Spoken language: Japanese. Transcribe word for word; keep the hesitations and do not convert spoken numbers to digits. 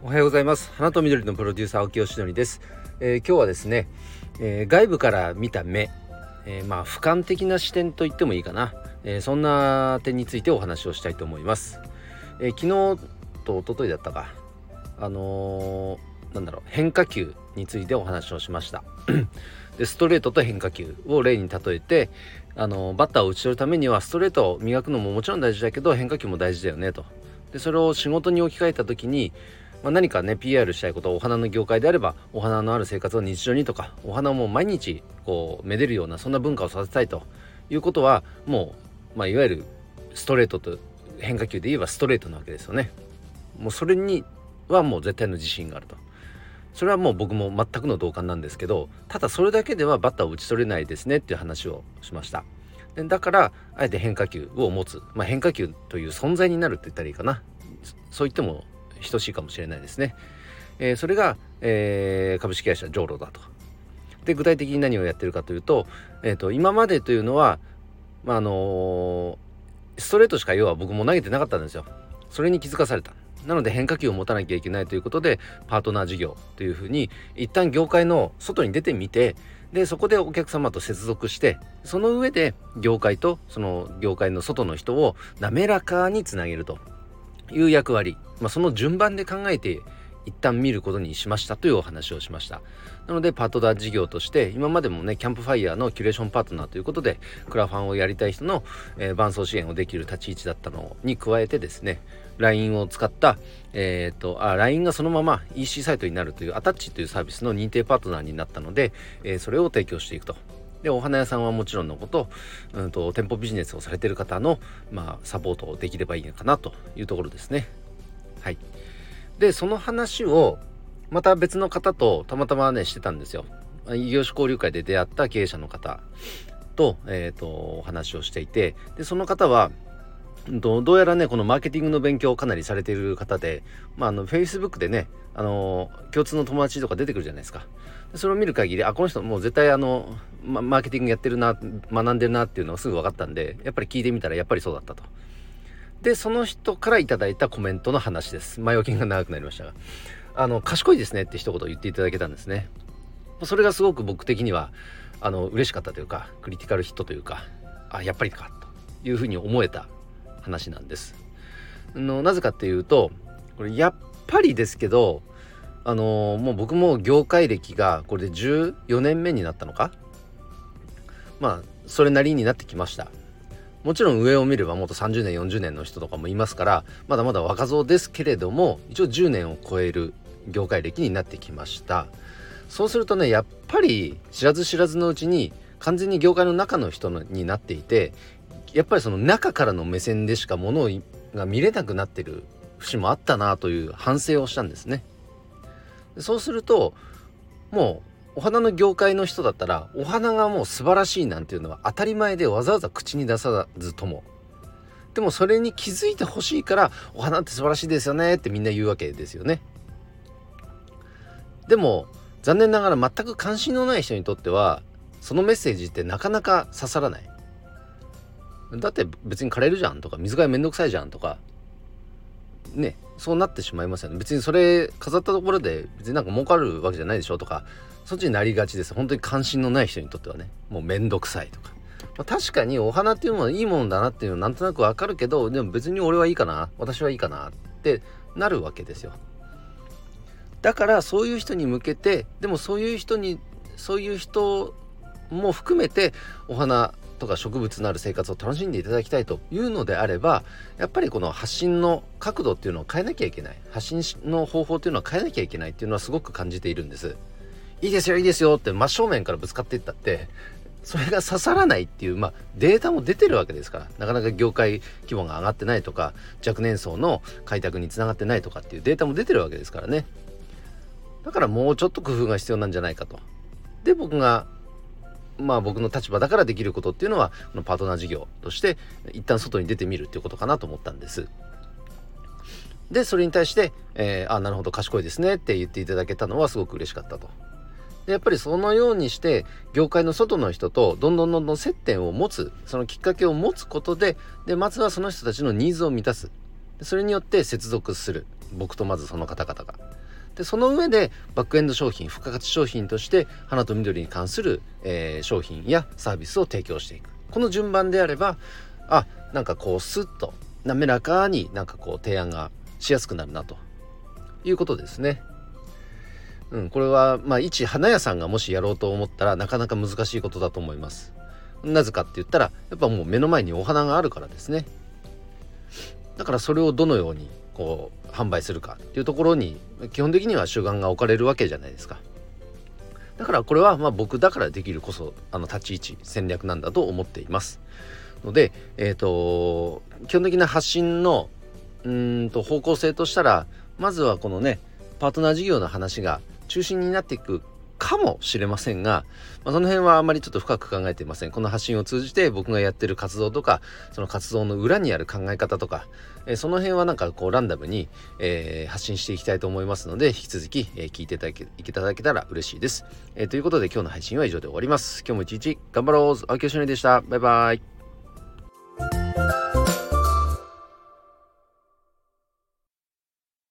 おはようございます。花と緑のプロデューサー青木よしのりです。えー、今日はですね、えー、外部から見た目、えー、まあ俯瞰的な視点と言ってもいいかな、えー、そんな点についてお話をしたいと思います。えー、昨日と一昨日だったか、あのー、なんだろう変化球についてお話をしましたでストレートと変化球を例に例えて、あのー、バッターを打ち取るためにはストレートを磨くのももちろん大事だけど変化球も大事だよねと。でそれを仕事に置き換えた時に、まあ、何かね ピーアール したいこと、お花の業界であればお花のある生活を日常にとか、お花をもう毎日こうめでるようなそんな文化をさせたいということはもう、まあ、いわゆるストレートと変化球で言えばストレートなわけですよね。もうそれにはもう絶対の自信があると。それはもう僕も全くの同感なんですけど、ただそれだけではバッターを打ち取れないですねっていう話をしました。でだからあえて変化球を持つ、まあ、変化球という存在になるって言ったらいいかな、そう言っても等しいかもしれないですね。えー、それが、えー、株式会社ジョーロだと。で具体的に何をやってるかというと、えーと、今までというのは、まああのー、ストレートしか要は僕も投げてなかったんですよ。それに気づかされた。なので変化球を持たなきゃいけないということでパートナー事業というふうに一旦業界の外に出てみて、でそこでお客様と接続して、その上で業界とその業界の外の人を滑らかにつなげるという役割、まあ、その順番で考えて一旦見ることにしましたというお話をしました。なのでパートナー事業として今までもねキャンプファイヤーのキュレーションパートナーということでクラファンをやりたい人の、えー、伴走支援をできる立ち位置だったのに加えてですね、 ライン を使った、えー、とあ ライン がそのまま イーシー サイトになるというアタッチというサービスの認定パートナーになったので、えー、それを提供していくと。でお花屋さんはもちろんのこと、うんと店舗ビジネスをされている方の、まあ、サポートをできればいいのかなというところですね。はい。でその話をまた別の方とたまたまねしてたんですよ。異業種交流会で出会った経営者の方と、えー、とお話をしていて、でその方はどうやらねこのマーケティングの勉強をかなりされている方で、まあ、あの Facebook でね、あの共通の友達とか出てくるじゃないですか。でそれを見る限り、あこの人もう絶対あの、ま、マーケティングやってるな、学んでるなっていうのがすぐ分かったんで、やっぱり聞いてみたらやっぱりそうだったと。でその人からいただいたコメントの話です。前置きが長くなりましたが、あの賢いですねって一言言っていただけたんですね。それがすごく僕的にはあの嬉しかったというか、クリティカルヒットというか、あやっぱりかというふうに思えた話なんです。あのなぜかっていうと、これやっぱりですけど、あのもう僕も業界歴がこれでじゅうよねんめになったのか、まあそれなりになってきました。もちろん上を見ればもっとさんじゅうねんよんじゅうねんの人とかもいますから、まだまだ若造ですけれども、一応じゅうねんを超える業界歴になってきました。そうするとね、やっぱり知らず知らずのうちに完全に業界の中の人になっていて、やっぱりその中からの目線でしかものが見れなくなってる節もあったなという反省をしたんですね。そうするともうお花の業界の人だったら、お花がもう素晴らしいなんていうのは当たり前で、わざわざ口に出さずとも、でもそれに気づいてほしいから、お花って素晴らしいですよねってみんな言うわけですよね。でも残念ながら全く関心のない人にとってはそのメッセージってなかなか刺さらない。だって別に枯れるじゃんとか、水替えめんどくさいじゃんとかね、そうなってしまいますよね。別にそれ飾ったところで別になんか儲かるわけじゃないでしょとか、そっちになりがちです。本当に関心のない人にとってはね、もうめんどくさいとか、まあ、確かにお花っていうものはいいものだなっていうのはなんとなくわかるけど、でも別に俺はいいかな、私はいいかなってなるわけですよ。だからそういう人に向けて、でもそういう人にそういう人も含めてお花とか植物のある生活を楽しんでいただきたいというのであれば、やっぱりこの発信の角度っていうのを変えなきゃいけない、発信の方法っていうのは変えなきゃいけないっていうのはすごく感じているんです。いいですよいいですよって真正面からぶつかっていったってそれが刺さらないっていう、まあ、データも出てるわけですから、なかなか業界規模が上がってないとか、若年層の開拓につながってないとかっていうデータも出てるわけですからね。だからもうちょっと工夫が必要なんじゃないかと。で僕がまあ僕の立場だからできることっていうのは、このパートナー事業として一旦外に出てみるっていうことかなと思ったんです。でそれに対して、えー、あなるほど賢いですねって言っていただけたのはすごく嬉しかったと。でやっぱりそのようにして業界の外の人とどんどんどんどん接点を持つ、そのきっかけを持つことで、でまずはその人たちのニーズを満たす、それによって接続する、僕とまずその方々がでその上でバックエンド商品、付加価値商品として花と緑に関する、えー、商品やサービスを提供していく。この順番であれば、あ、なんかこうスッと滑らかになんかこう提案がしやすくなるなということですね。うん、これはまあ一花屋さんがもしやろうと思ったらなかなか難しいことだと思います。なぜかって言ったら、やっぱもう目の前にお花があるからですね。だからそれをどのようにこう販売するかっていうところに基本的には主眼が置かれるわけじゃないですか。だからこれはまあ僕だからできるこそあの立ち位置戦略なんだと思っていますので、えーと基本的な発信のうーんと方向性としたら、まずはこのねパートナー事業の話が中心になっていくかもしれませんが、まあ、その辺はあまりちょっと深く考えていません。この発信を通じて僕がやってる活動とか、その活動の裏にある考え方とか、えー、その辺はなんかこうランダムに、えー、発信していきたいと思いますので、引き続き、えー、聞いていただけいただけたら嬉しいです、えー、ということで今日の配信は以上で終わります。今日も一日頑張ろう。青木よしのりでした。バイバイ。